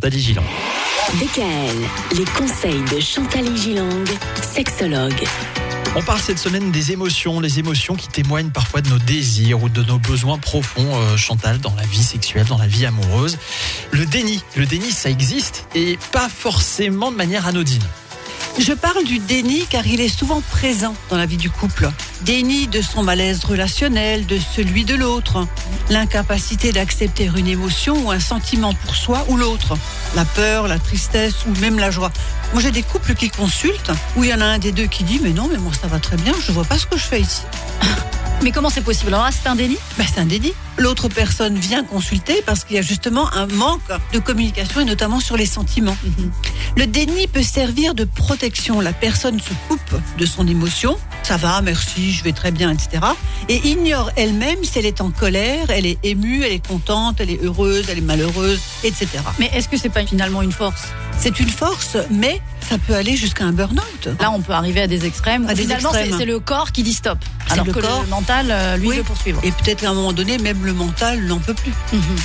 Chantal Gilang. DKL, les conseils de Chantal Gilang, sexologue. On parle cette semaine des émotions, les émotions qui témoignent parfois de nos désirs ou de nos besoins profonds, Chantal, dans la vie sexuelle, dans la vie amoureuse. Le déni, ça existe et pas forcément de manière anodine. Je parle du déni car il est souvent présent dans la vie du couple. Déni de son malaise relationnel, de celui de l'autre. L'incapacité d'accepter une émotion ou un sentiment pour soi ou l'autre. La peur, la tristesse ou même la joie. Moi j'ai des couples qui consultent où il y en a un des deux qui dit « Mais non, mais moi ça va très bien, je vois pas ce que je fais ici. » Mais comment c'est possible? Alors là, c'est un déni? C'est un déni. L'autre personne vient consulter parce qu'il y a justement un manque de communication et notamment sur les sentiments. Le déni peut servir de protection. La personne se coupe de son émotion. Ça va, merci, je vais très bien, etc. Et ignore elle-même si elle est en colère, elle est émue, elle est contente, elle est heureuse, elle est malheureuse, etc. Mais est-ce que c'est pas finalement une force? C'est une force, mais ça peut aller jusqu'à un burn-out. Là, on peut arriver à des extrêmes. Finalement, extrêmes. c'est le corps qui dit stop. C'est Alors le que corps. le mental, lui, veut poursuivre. Et peut-être qu'à un moment donné, même le mental n'en peut plus.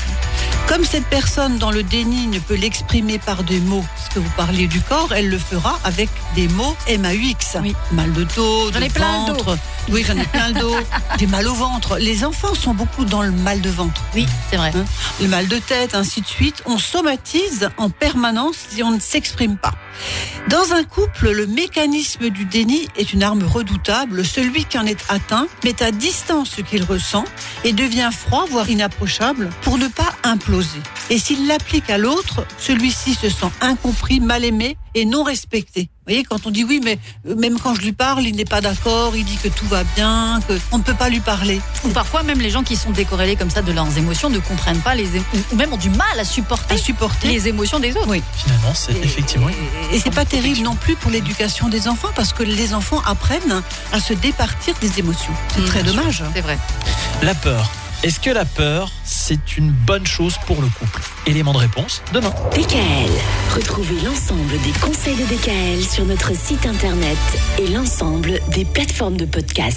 Comme cette personne dans le déni ne peut l'exprimer par des mots, parce que vous parliez du corps, elle le fera avec des mots MAUX. Oui. Mal de dos, J'en ai plein le dos. ventre. Oui, j'en ai plein le dos. J'ai mal au ventre. Les enfants sont beaucoup dans le mal de ventre. Oui, c'est vrai. Le mal de tête, ainsi de suite. On somatise en permanence si on ne s'exprime pas. Dans un couple, le mécanisme du déni est une arme redoutable. Celui qui en est atteint met à distance ce qu'il ressent et devient froid, voire inapprochable, pour ne pas imploser. Et s'il l'applique à l'autre, celui-ci se sent incompris, mal aimé et non respecté. Vous voyez, quand on dit oui, mais même quand je lui parle, il n'est pas d'accord, il dit que tout va bien, qu'on ne peut pas lui parler. Ou parfois, même les gens qui sont décorrélés comme ça de leurs émotions ne comprennent pas ou même ont du mal à supporter les émotions des autres. Oui. Finalement, c'est effectivement... Et c'est pas terrible non plus pour l'éducation des enfants parce que les enfants apprennent à se départir des émotions. C'est très dommage. C'est vrai. La peur. Est-ce que la peur, c'est une bonne chose pour le couple? Élément de réponse demain. DKL. Retrouvez l'ensemble des conseils de DKL sur notre site internet et l'ensemble des plateformes de podcast.